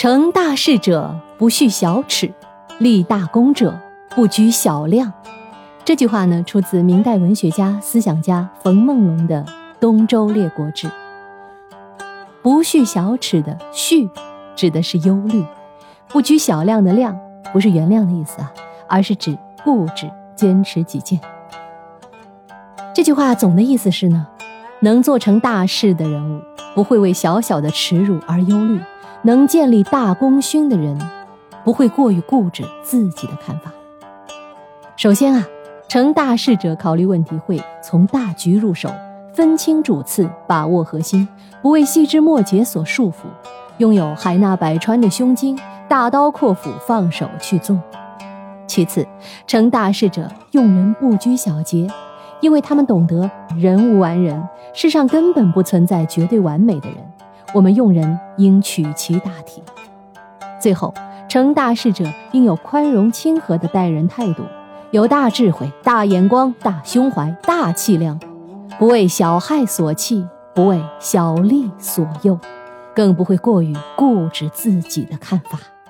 成大事者不恤小耻，立大功者不拘小量。这句话呢，出自明代文学家、思想家冯梦龙的《东周列国志》。不恤小耻的恤指的是忧虑，不拘小量的量不是原谅的意思啊，而是指固执坚持己见。这句话总的意思是呢，能做成大事的人物不会为小小的耻辱而忧虑，能建立大功勋的人不会过于固执自己的看法。首先啊，成大事者考虑问题会从大局入手，分清主次，把握核心，不为细枝末节所束缚，拥有海纳百川的胸襟，大刀阔斧放手去做。其次，成大事者用人不拘小节，因为他们懂得人无完人，世上根本不存在绝对完美的人，我们用人应取其大体。最后，成大事者应有宽容亲和的待人态度，有大智慧、大眼光、大胸怀、大气量，不为小害所弃，不为小利所诱，更不会过于固执自己的看法。